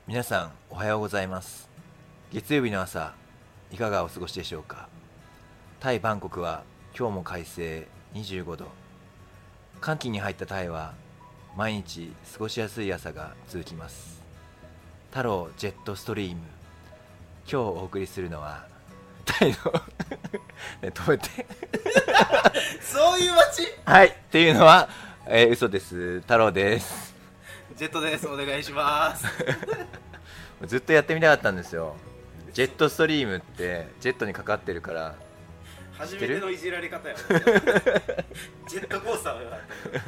皆さんおはようございます。月曜日の朝いかがお過ごしでしょうか。タイバンコクは今日も快晴25度。寒気に入ったタイは毎日過ごしやすい朝が続きます。太郎ジェットストリーム、今日お送りするのはタイのね、止めてそういう街。 はいっていうのは、嘘です。太郎です。 ジェットです。お願いしますずっとやってみたかったんですよ。ジェットストリームってジェットにかかってるから。 初めてのいじられ方やジェットコースターよ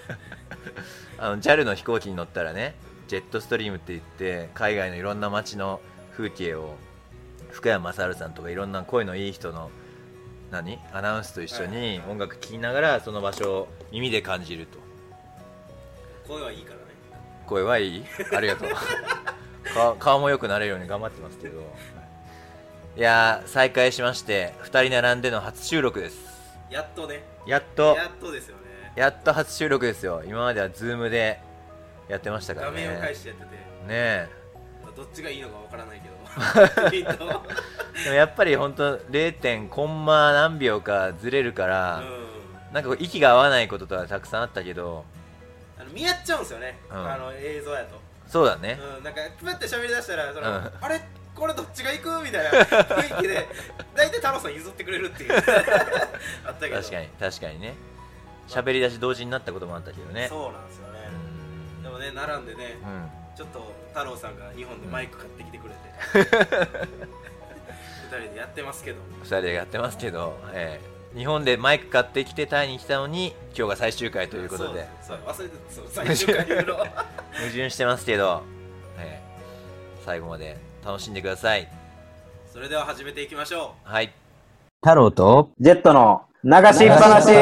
JAL の飛行機に乗ったらね、ジェットストリームって言って海外のいろんな街の風景を福山雅治さんとかいろんな声のいい人のアナウンスと一緒に音楽聴きながらその場所を耳で感じると。 声はいいからね。 声はいいありがとう顔も良くなれるように頑張ってますけど、いやー再開しまして2人並んでの初収録です。 やっとね。 やっとですよね。 やっと初収録ですよ。今まではズームでやってましたからね。 画面を返してやっててねえ、 どっちがいいのかわからないけどでもやっぱり本当 0. コンマ何秒かずれるから、なんか息が合わないこととはたくさんあったけど、 見合っちゃうんですよね、映像やと。 そうだね、 なんかプッて喋り出したらあれこれどっちが行くみたいな雰囲気で大体太郎さん譲ってくれるっていうあったけど、 確かにね、喋り出し同時になったこともあったけどね。 そうなんですよね。でもね、並んでね、ちょっと太郎さんが日本でマイク買ってきてくれて、2人でやってますけど、 日本でマイク買ってきてタイに来たのに今日が最終回ということで、 そう忘れてた、最終回言うの矛盾してますけど、最後まで楽しんでください。 それでは始めていきましょう。 はい。 太郎とジェットの流しっぱなし。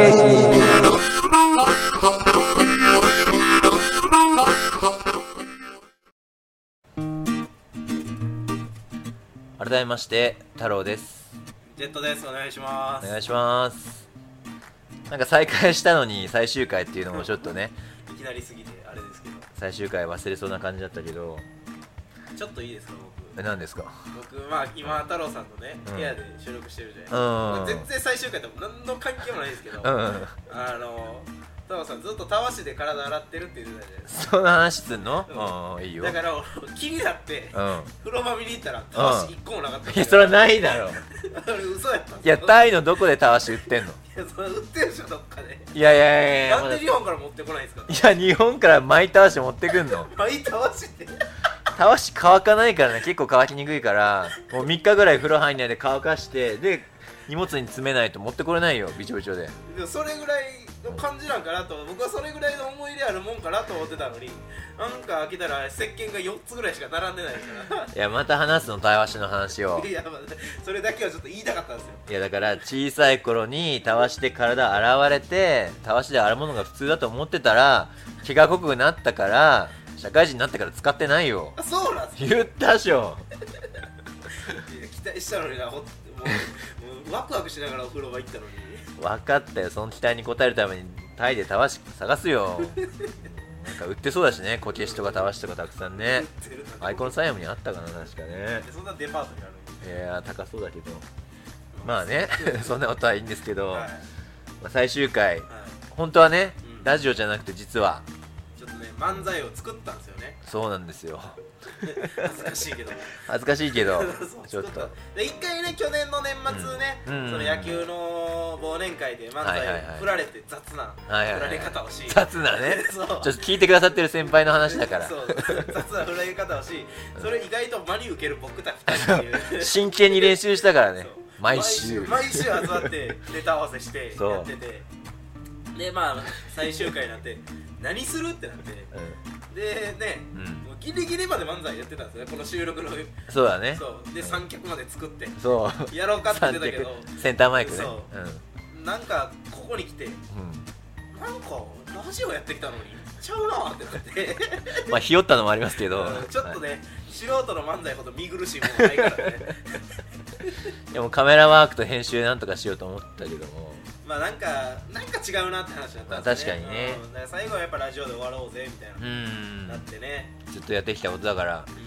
改めまして太郎です。 ジェットです。お願いします。 お願いします。なんか再開したのに最終回っていうのもちょっとねいきなりすぎてあれですけど、 最終回忘れそうな感じだったけど、 ちょっといいですか。 何ですか。 僕今太郎さんのね、部屋で収録してるじゃないですか。全然最終回と何の関係もないですけど、太郎さんずっとたわしで体洗ってるって言ってたじゃないですか。 そんな話すんの？いいよ。 だから気になって風呂場見に行ったらたわし1個もなかった。 いや、それはないだろ。 嘘やったん。 いや、タイのどこでたわし売ってんの？ いや、それ売ってるでしょ、どっかで。 いやなんで日本から持ってこないんですか。 いや、日本からマイたわし持ってくんの？ マイたわしってたわし乾かないからね、結構乾きにくいから、もう3日ぐらい風呂入んないで乾かして、で荷物に詰めないと持ってこれないよ、びちょびちょで。 でもそれぐらいの感じなんかなと、僕はそれぐらいの思い入れあるもんかなと思ってたのに、なんか開けたら石鹸が4つぐらいしか並んでないからいや、また話すの、たわしの話を。 いや、それだけはちょっと言いたかったんですよ。 いや、だから小さい頃にたわしで体洗われて、たわしで洗うものが普通だと思ってたら毛が濃くなったから、社会人になってから使ってないよ。 あ、そうなんですか。 言ったでしょ期待したのにな、もうワクワクしながらお風呂場行ったのに。 分かったよ、その期待に応えるためにタイでたわし探すよなんか売ってそうだしね、こけしとかたわしとかたくさんね。アイコンサイアムにあったかな、確かね。 そんなデパートにある。 いや、高そうだけど、まあねそんなことはいいんですけど、最終回、本当はね、ラジオじゃなくて実はちょっとね、漫才を作ったんですよね。 そうなんですよ恥ずかしいけど恥ずかしいけどちょっとで、一回ね、去年の年末ね、その野球の忘年会で漫才を振られて雑な振られ方をし、 雑なねちょっと聞いてくださってる先輩の話だからそう雑な振られ方をし、それ意外と真に受ける僕たち2人っていう真剣に練習したからね、毎週集集まってネタ合わせしてやってて、で最終回になって何するってなって、でね、もうギリギリまで漫才やってたんですよね、この収録の。 そうだね。 そうで、三脚まで作ってそうやろうかって言ってたけど、 センターマイクね。 なんかここに来て、なんかラジオやってきたのにちゃうなってなってまあひよったのもありますけど、 ちょっとね、素人の漫才ほど見苦しいものないからねでもカメラワークと編集なんとかしようと思ったけども、 なんか違うなって話だったんですね。確かにね。 だから最後はやっぱラジオで終わろうぜみたいななってね。 ずっとやってきたことだから、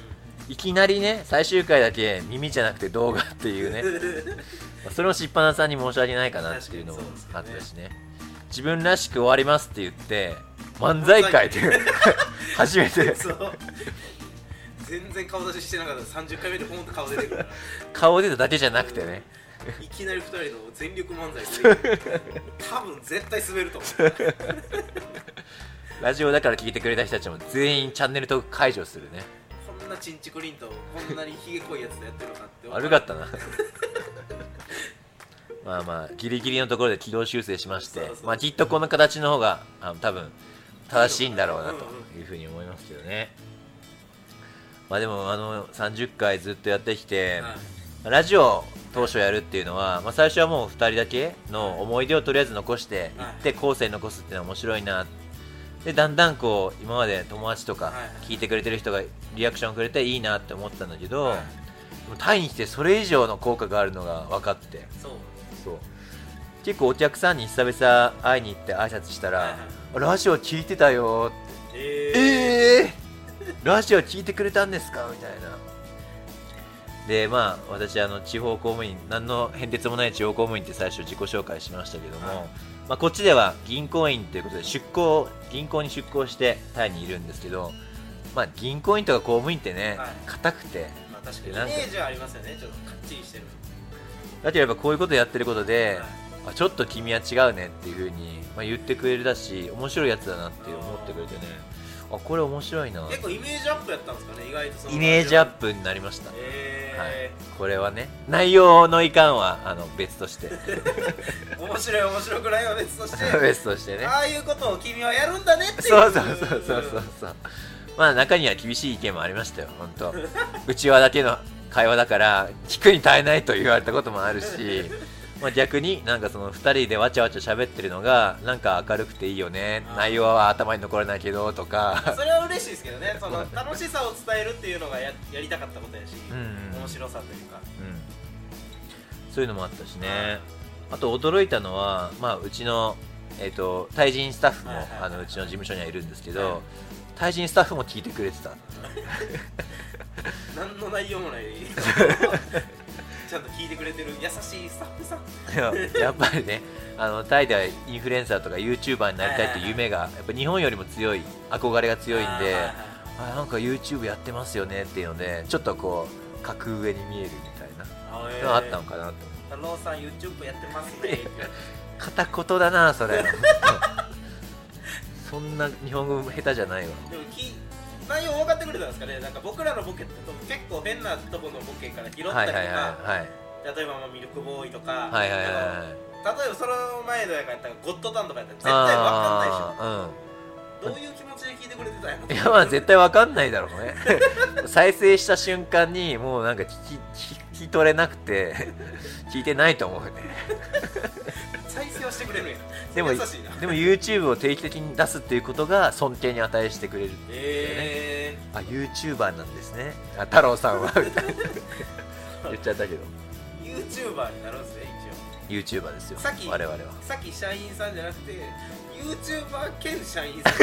いきなりね最終回だけ耳じゃなくて動画っていうねそれもしっぱなさんに申し訳ないかなっていうのもあったしね、自分らしく終わりますって言って漫才会っていう初めてそう全然顔出ししてなかった。30回目でポンと顔出てくるから顔出ただけじゃなくてね、 いきなり2人の全力漫才で多分絶対滑ると思うラジオだから聞いてくれた人たちも全員チャンネル登録解除するね。 こんなチンチクリンとこんなにひげ濃いやつでやってるのかって悪かったなまあまあギリギリのところで軌道修正しまして、まあきっとこの形の方が多分正しいんだろうなというふうに思いますけどね。まあでも30回ずっとやってきて、ラジオ当初やるっていうのは、まあ、最初はもう2人だけの思い出をとりあえず残していって後世に残すっていうのは面白いな。でだんだんこう今まで友達とか聞いてくれてる人がリアクションくれていいなって思ったんだけど、でもタイに来てそれ以上の効果があるのが分かって、そう結構お客さんに久々会いに行って挨拶したら、ラジオ聞いてたよってラジオ聞いてくれたんですかみたいな。でまあ私地方公務員、何の変哲もない地方公務員って最初自己紹介しましたけども、まあ、こっちでは銀行員ということで銀行に出向してタイにいるんですけど、まあ、銀行員とか公務員ってね硬くて、 まあ、確かにイメージはありますよね。ちょっとかっちりしてる。 だけどやっぱこういうことやってることで、ちょっと君は違うねっていう風にまあ言ってくれるだし、面白いやつだなって思ってくれてね、これ面白いな。 結構イメージアップやったんですかね。意外とそのイメージアップになりました。これはね内容のいかんは別として面白くないは別として別としてね、 ああいうことを君はやるんだねっていう。 そうまあ中には厳しい意見もありましたよ本当内輪だけの会話だから聞くに耐えないと言われたこともあるしまあ逆になんかその2人でわちゃわちゃ喋ってるのがなんか明るくていいよね、内容は頭に残らないけどとかそれは嬉しいですけどね。その楽しさを伝えるっていうのが やりたかったことやし、面白さというか、 そういうのもあったしね。あと驚いたのは、まあ、うちの、対人スタッフも、うちの事務所にはいるんですけど、対人スタッフも聞いてくれてた何の内容もないちゃんと聞いてくれてる優しいスタッフさんやっぱりねタイではインフルエンサーとか YouTuber になりたいっていう夢がやっぱ日本よりも強い、憧れが強いんで、なんか YouTube やってますよねっていうのでちょっとこう格上に見えるみたいなのがあったのかなと思って。 太郎さん YouTube やってますね片言だなそれそんな日本語下手じゃないわ。 でも内容分かってくれたんですかね。なんか僕らのボケって結構変なとこのボケから拾ったりとか、例えばミルクボーイとか、例えばその前のやからやったらゴッドタンとかやったら絶対分かんないでしょ。どういう気持ちで聞いてくれてたんやろ。 いやまあ絶対分かんないだろうね再生した瞬間にもうなんか聞き取れなくて聞いてないと思うね再生はしてくれるんや。 でも YouTube を定期的に出すっていうことが尊敬に値してくれるっていうね。YouTuber なんですね太郎さんはみたいな言っちゃったけど YouTuber になるんですね。 一応 YouTuber ですよ我々は。 さっき社員さんじゃなくて YouTuber 兼社員さん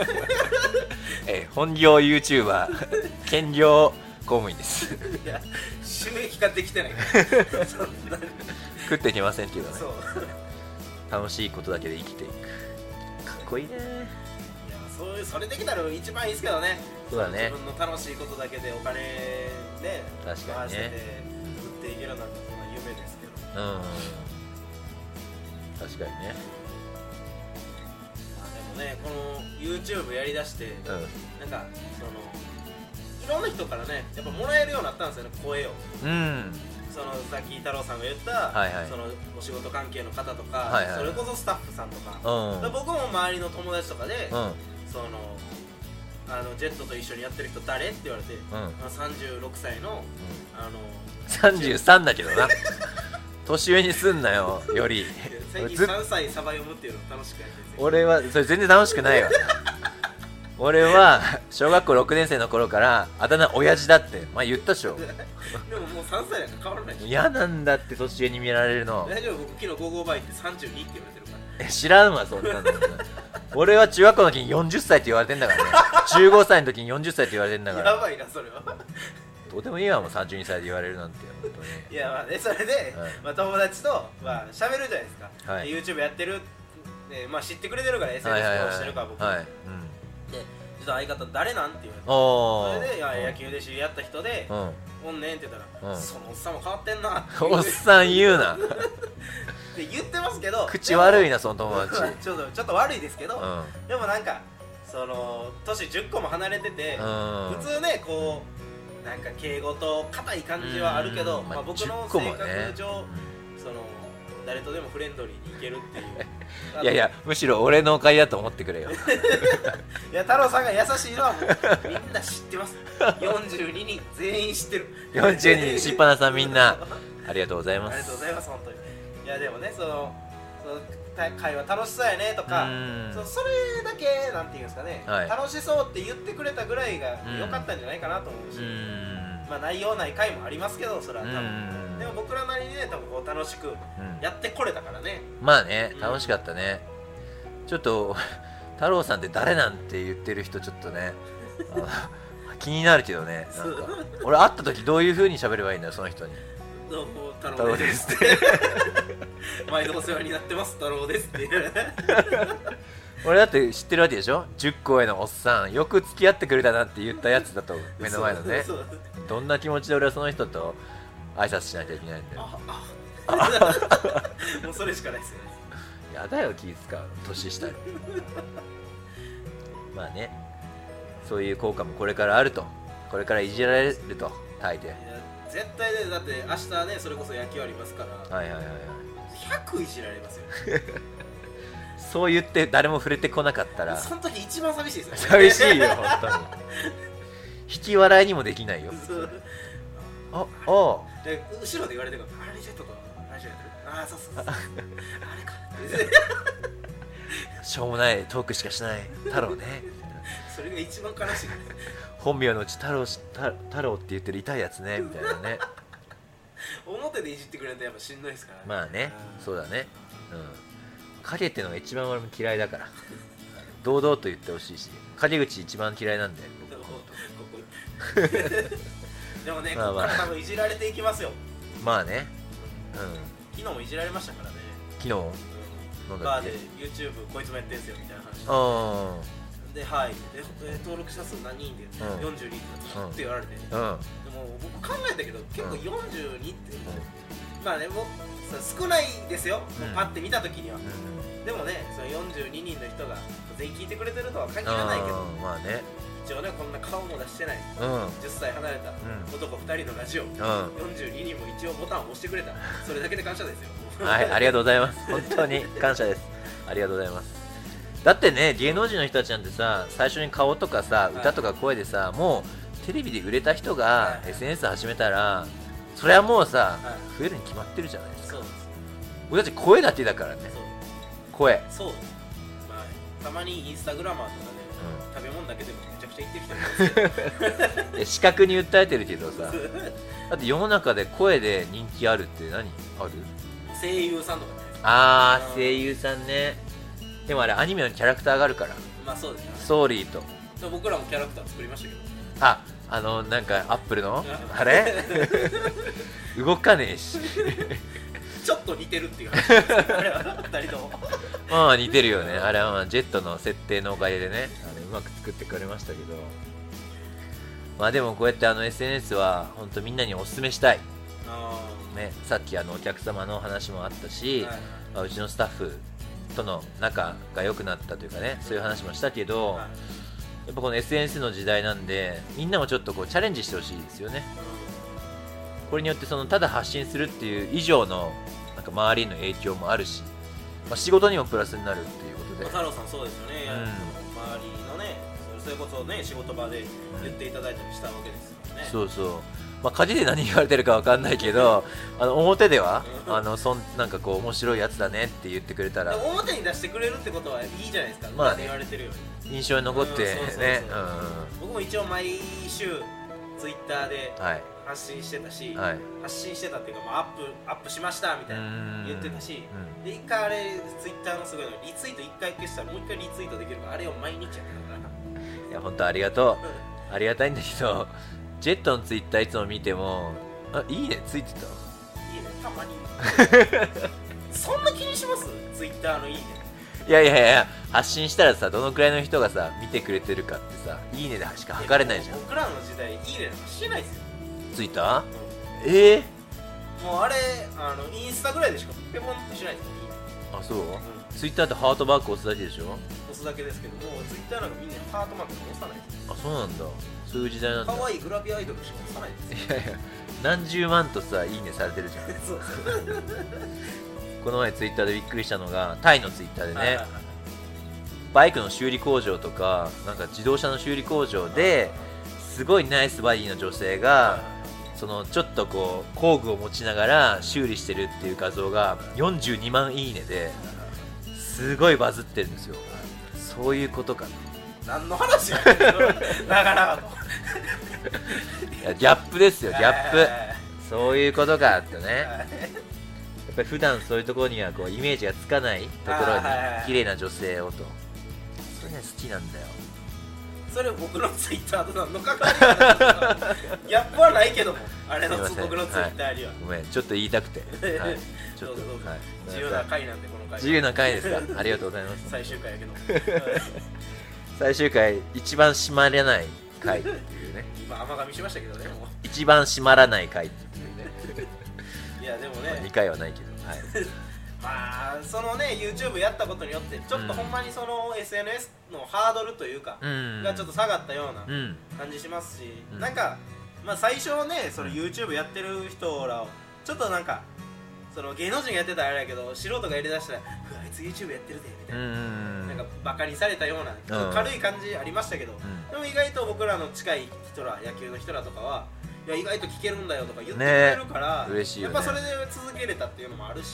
本業 YouTuber 兼業公務員ですいや収益化できてないからそんな食っていけませんけどね。 そう楽しいことだけで生きていく。かっこいいね。 いやそれできたら一番いいですけどね。 そうだね。 自分の楽しいことだけでお金で確かにね売っていけるなんてそんな夢ですけど。 確かにね。 でもねこの YouTube やりだして、なんかいろんな人からねやっぱもらえるようになったんですよね、声を。そのさっき太郎さんが言った、そのお仕事関係の方とか、それこそスタッフさんとか、僕も周りの友達とかで、ジェットと一緒にやってる人誰って言われて、36歳の 33だけどな年上にすんなよより最近3歳サバ読むっていうの楽しくないです。 俺はそれ全然楽しくないわ俺は小学校6年生の頃からあだ名親父だって前言ったでしょでももう3歳なんか変わらないでしょ。 嫌なんだって年上に見られるの。 大丈夫。僕昨日55倍って32って言われてるから。 知らんわそんなの俺は中学校の時に40歳って言われてんだからね15歳の時に40歳って言われてんだから。 やばいなそれはどうでもいいわもう32歳で言われるなんて本当に。 いやまあねそれで、まあ、友達とまあ喋るじゃないですか、 はい、 YouTube やってるで、まあ、知ってくれてるから SNS フォローしてるから僕、 はい、 で実は相方誰なんって言われて、 それでいや野球で知り合った人で、おんねんって言ったら、そのおっさんも変わってんなっておっさん言うなって言ってますけど、 口悪いなその友達ちょっと悪いですけど、でもなんかその年10個も離れてて、普通ねこうなんか敬語と硬い感じはあるけど、まあ、僕の性格上、その誰とでもフレンドリーにいけるっていういやいやむしろ俺のおかげだと思ってくれよいや太郎さんが優しいのはもうみんな知ってます42人全員知ってる 42人しっぱなさんみんなありがとうございます。 ありがとうございます本当に。いやでもねその会話楽しそうやねとかそれだけなんていうんですかね、はい、楽しそうって言ってくれたぐらいが良かったんじゃないかなと思うし、まあ内容ない回もありますけどそれは多分でも僕らなりにね多分こう楽しくやってこれたからね、 まあね楽しかったね、ちょっと太郎さんって誰なんて言ってる人ちょっとね気になるけどねなんか俺会った時どういう風に喋ればいいんだよその人に。 どうも太郎ですって毎度お世話になってます太郎ですって俺だって知ってるわけでしょ。10個上のおっさんよく付き合ってくれたなって言ったやつだと目の前のねどんな気持ちで俺はその人と挨拶しなきゃいけないんだよもうそれしかないですよね。 やだよ気使う年下にまあねそういう効果もこれからあるとこれからいじられると大抵絶対ねだって明日ねそれこそ野球ありますからはいはいはいはい 100いじられますよそう言って誰も触れてこなかったらその時一番寂しいですよね寂しいよ本当に引き笑いにもできないよあ後ろで言われてるからあれジェットとラジオやってるああそうあれかしょうもないトークしかしない太郎ねそれが一番悲しい本名のうち太郎って言ってる痛いやつねみたいなね表でいじってくれるとやっぱしんどいですからね。 まあねそうだね影ってのが一番俺も嫌いだから堂々と言ってほしいし陰口一番嫌いなんだよ僕でもね、ここから多分いじられていきますよ。 まあね昨日もいじられましたからね。 昨日バーで YouTube こいつもやってんすよみたいな話で、はい、登録者数何人で、42って言われて、でも僕考えたけど結構42って、まあねもう少ないですよ、パッて見た時には。でもねその42人の人が全員聞いてくれてるとは限らないけど、 まあね一応ねこんな顔も出してない、10歳離れた男2人のラジオ、42人も一応ボタンを押してくれた、それだけで感謝ですよ。 はい、ありがとうございます。本当に感謝です。ありがとうございます。だってね芸能人の人たちなんてさ最初に顔とかさ歌とか声でさもうテレビで売れた人が SNS 始めたらそれはもうさ増えるに決まってるじゃないですか。俺たち声だけだからね。声そう、まあ、たまにインスタグラマーとかで、食べ物だけでもめちゃくちゃ言ってる人いますけど視覚に訴えてるけどさだって世の中で声で人気あるって何ある？ 声優さんとかね。 声優さんね。でもあれアニメのキャラクターがあるから。 まあそうですね。 ストーリーと僕らもキャラクター作りましたけど。 なんかアップルのあれ動かねえしちょっと似てるっていう話ですあれは2人ともまあ似てるよね。あれはまあジェットの設定のおかげでねうまく作ってくれましたけど、まあでもこうやってSNS は本当みんなにおすすめしたいね。さっきお客様の話もあったし、うちのスタッフとの仲が良くなったというかねそういう話もしたけど、やっぱこの SNS の時代なんでみんなもちょっとこうチャレンジしてほしいですよね。これによってただ発信するっていう以上のなんか周りへの影響もあるし、仕事にもプラスになるっていうことで、 太郎さんそうですよね、周りのねそれこそね仕事場で言っていただいたりしたわけですよね。 そうそう、陰で何言われてるかわかんないけど表ではなんかこう面白いやつだねって言ってくれたら表に出してくれるってことはいいじゃないですか。まあね言われてるように印象に残ってね。 僕も一応毎週ツイッターで発信してたし、発信してたっていうか、アップしましたみたいな言ってたし、で一回あれツイッターのすごいのリツイート1回消したらもう1回リツイートできるからあれを毎日やってたから。 いや本当ありがとうありがたいんだけどジェットのツイッターいつも見ても、あ、いいねついてた。 いいね、たまにそんな気にします？ツイッターのいいね。 いやいやいや、発信したらさ、どのくらいの人がさ見てくれてるかってさ、いいねでしか測れないじゃん。 僕らの時代いいねなんかしてないですよ。 ツイッター、 もうあれ、インスタぐらいでしかペポンってしないですよ、いいね。 あ、そう、ツイッターってハートマーク押すだけでしょ。 押すだけですけども、ツイッターなんかみんなハートマーク押さないですよ。 あ、そうなんだ。そういう時代なんだ。 可愛いグラビアアイドルしか押さないですよ。 いやいや、何十万とさ、いいねされてるじゃん。 そうそうこの前ツイッターでびっくりしたのが、タイのツイッターでね、 はいはいはい、 バイクの修理工場とか、なんか自動車の修理工場ですごいナイスバディの女性が、そのちょっとこう工具を持ちながら修理してるっていう画像が42万いいねですごいバズってるんですよ。そういうことかな。 何の話やねん長々といやギャップですよ、ギャップ。そういうことかってね。やっぱり普段そういうところにはこうイメージがつかないところに綺麗な女性をと、それね好きなんだよ。 それ僕のツイッターと何の関わりがあるの？ギャップはないけども、あれの僕のツイッターには、 ごめん、ちょっと言いたくて、はい、ちょっと、 どうぞどうぞ、 はい、 自由な回なんで、この回自由な回ですか。ありがとうございます。 最終回やけど最終回一番締まらない回っていうね。 今甘噛みしましたけどね、もう一番締まらない回っていうね。 いやでもね、 2回はないけど、はい。 まあそのね YouTube やったことによってちょっとほんまにその SNS のハードルというか、がちょっと下がったような感じしますし、なんかまあ最初ねその YouTube やってる人らをちょっとなんかその芸能人がやってたらあれやけど、素人がやりだしたらあいつ YouTube やってるでみたいな、なんかバカにされたようなちょっと軽い感じありましたけど、でも意外と僕らの近い人ら、野球の人らとかはいや意外と聞けるんだよとか言ってくれるから、 嬉しいよね。 やっぱそれで続けれたっていうのもあるし、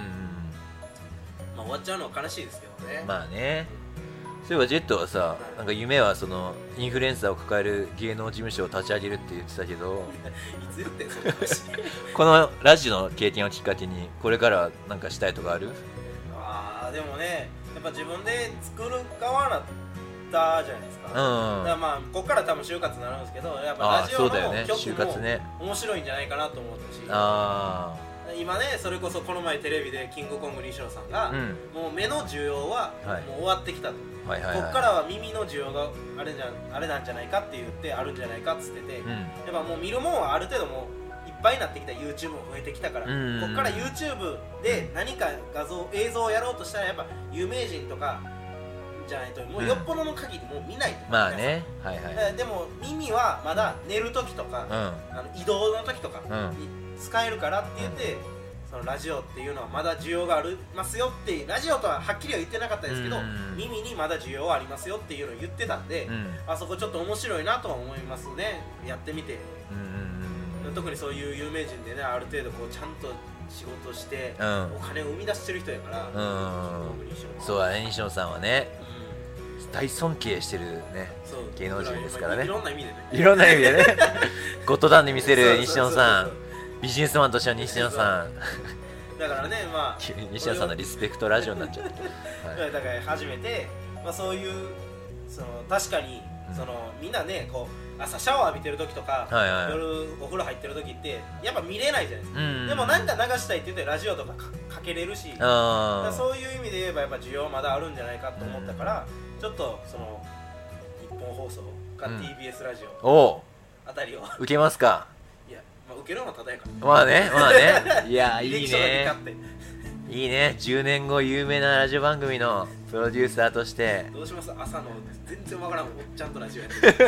まあ終わっちゃうのは悲しいですけどね。 まあね。そういえばジェットはさ、なんか夢はそのインフルエンサーを抱える芸能事務所を立ち上げるって言ってたけどいつ言ってんそんな話このラジオの経験をきっかけにこれからなんかしたいとかある？ でもね、やっぱ自分で作る側なったじゃないですか。だからまあここから多分就活になるんですけど、やっぱラジオの曲も面白いんじゃないかなと思ったし、今ねそれこそこの前テレビでキングコング西野さんが、もう目の需要はもう終わってきたと、ここからは耳の需要があれなんじゃないかって言ってあるんじゃないかっつってて、やっぱもう見るもんはある程度もういっぱいになってきた、 YouTube も増えてきたから、ここから YouTube で何か映像をやろうとしたらやっぱ有名人とかじゃないともうよっぽどの限りもう見ないと、 まあね、 でも耳はまだ寝る時とか、移動の時とかに使えるからって言って、そのラジオっていうのはまだ需要がありますよって、ラジオとははっきりは言ってなかったですけど、耳にまだ需要はありますよっていうのを言ってたんで、あそこちょっと面白いなとは思いますね、やってみて。特にそういう有名人でね、ある程度こうちゃんと仕事して、お金を生み出してる人やから、 そうだね、西野さんはね、大尊敬してるね芸能人ですからね。 いろんな意味でね、 いろんな意味でねゴッドタンで見せる西野さん、ビジネスマンとしては西野さんだからね、まあ西野さんのリスペクトラジオになっちゃってだから初めて、まあ、そういうその確かにそのみんなねこう朝シャワー浴びてる時とか、夜お風呂入ってる時ってやっぱ見れないじゃないですか、でもなんか流したいって言ってラジオとかかけれるし、そういう意味で言えばやっぱ需要まだあるんじゃないかと思ったから、ちょっとその日本放送か TBS ラジオあたりを受けますか。 いや、まあ、受けるのはただやから、 まあねまあねいやいいねいいね、10年後有名なラジオ番組のプロデューサーとしてどうします？朝の全然わからんおっちゃんとラジオやって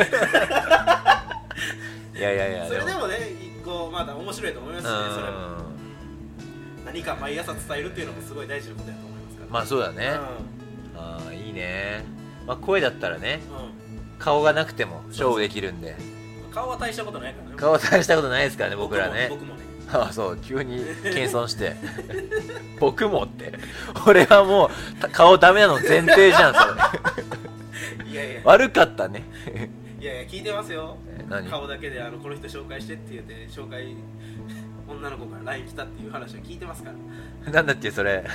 いやそれでもね、一個まだ面白いと思いますしね、それも何か毎朝伝えるっていうのもすごい大事なことだと思いますから。 まあそうだね、いいね、まあ、声だったらね、顔がなくても勝負できるんで。 顔は大したことないからね。 顔は大したことないですからね、僕らね。 僕もね。 そう、急に謙遜して僕もって俺はもう顔ダメなの前提じゃんそれいや悪かったねいや聞いてますよ、 何顔だけでこの人紹介してって言って紹介女の子から LINE 来たっていう話は聞いてますからなんだっけそれ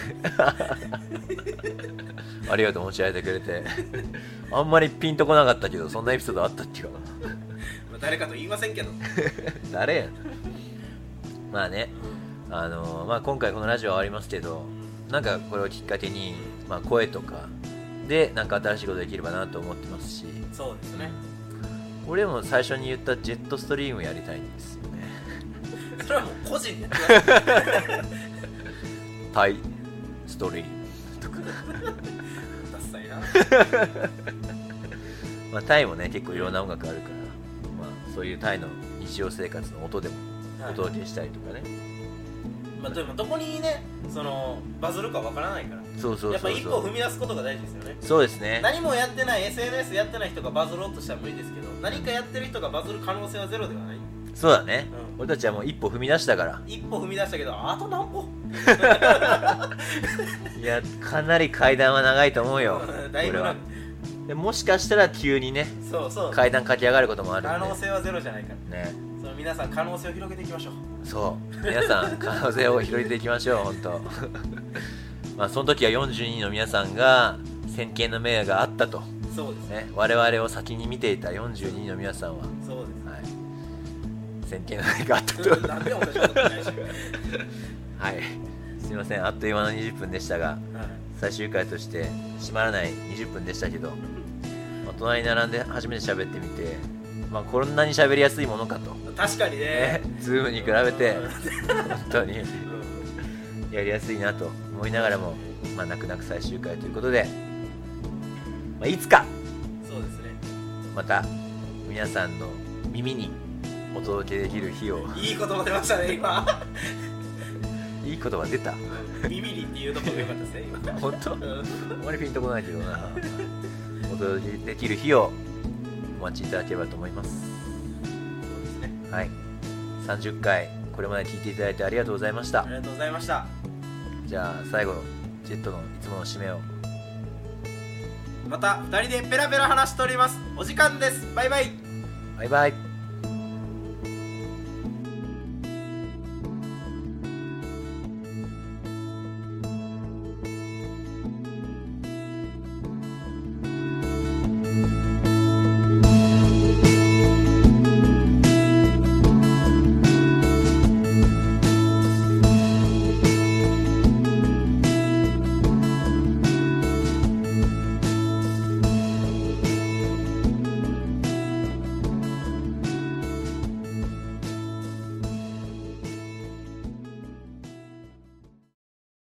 ありがとう、持ち上げてくれてあんまりピンとこなかったけど、そんなエピソードあったっけかな誰かと言いませんけど誰やまあね、まあ、今回このラジオは終わりますけど、なんかこれをきっかけに、まあ、声とかでなんか新しいことできればなと思ってますし、 そうですね。 俺も最初に言ったジェットストリームやりたいんですよねそれはもう個人でやってくださいタイストリームとかダッサいなまあタイもね結構いろんな音楽あるから、まあ、そういうタイの日常生活の音でもお届けしたりとかね、 まあ、でもどこにねそのバズるかわからないから、 そうやっぱ一歩踏み出すことが大事ですよね。 そうですね。 何もやってない SNS やってない人がバズろうとしたら無理ですけど、何かやってる人がバズる可能性はゼロではない。 そうだね、俺たちはもう一歩踏み出したから。 一歩踏み出したけど、あと何歩いやかなり階段は長いと思うよだいぶ長い。 でもしかしたら急にね、 そう階段駆け上がることもあるんで、 可能性はゼロじゃないからね。 その皆さん可能性を広げていきましょう。 そう皆さん可能性を広げていきましょう本当まあその時は42人の皆さんが先見の明があったと。 そうですね、我々を先に見ていた42人の皆さんは、 そうです、 はい、先見の明があったとなんで同じことないしはい、すみません、あっという間の20分でしたが、最終回として閉まらない20分でしたけど、まあ、隣に並んで初めて喋ってみて、まあ、こんなに喋りやすいものかと。 確かにね、 ズームに比べて本当にやりやすいなと思いながらも、まあ、泣く泣く最終回ということで、まあ、いつかそうですね、 また皆さんの耳にお届けできる日を。 いい言葉出ましたね今いい言葉出た耳にっていうところが良かったですね今本当あまりピンとこないけどな。お届けできる日をお待ちいただければと思います。 そうですね、 はい、30回これまで聞いていただいてありがとうございました。 ありがとうございました。 じゃあ最後ジェットのいつもの締めを。 また2人でペラペラ話しております。お時間です。バイバイ。 バイバイ。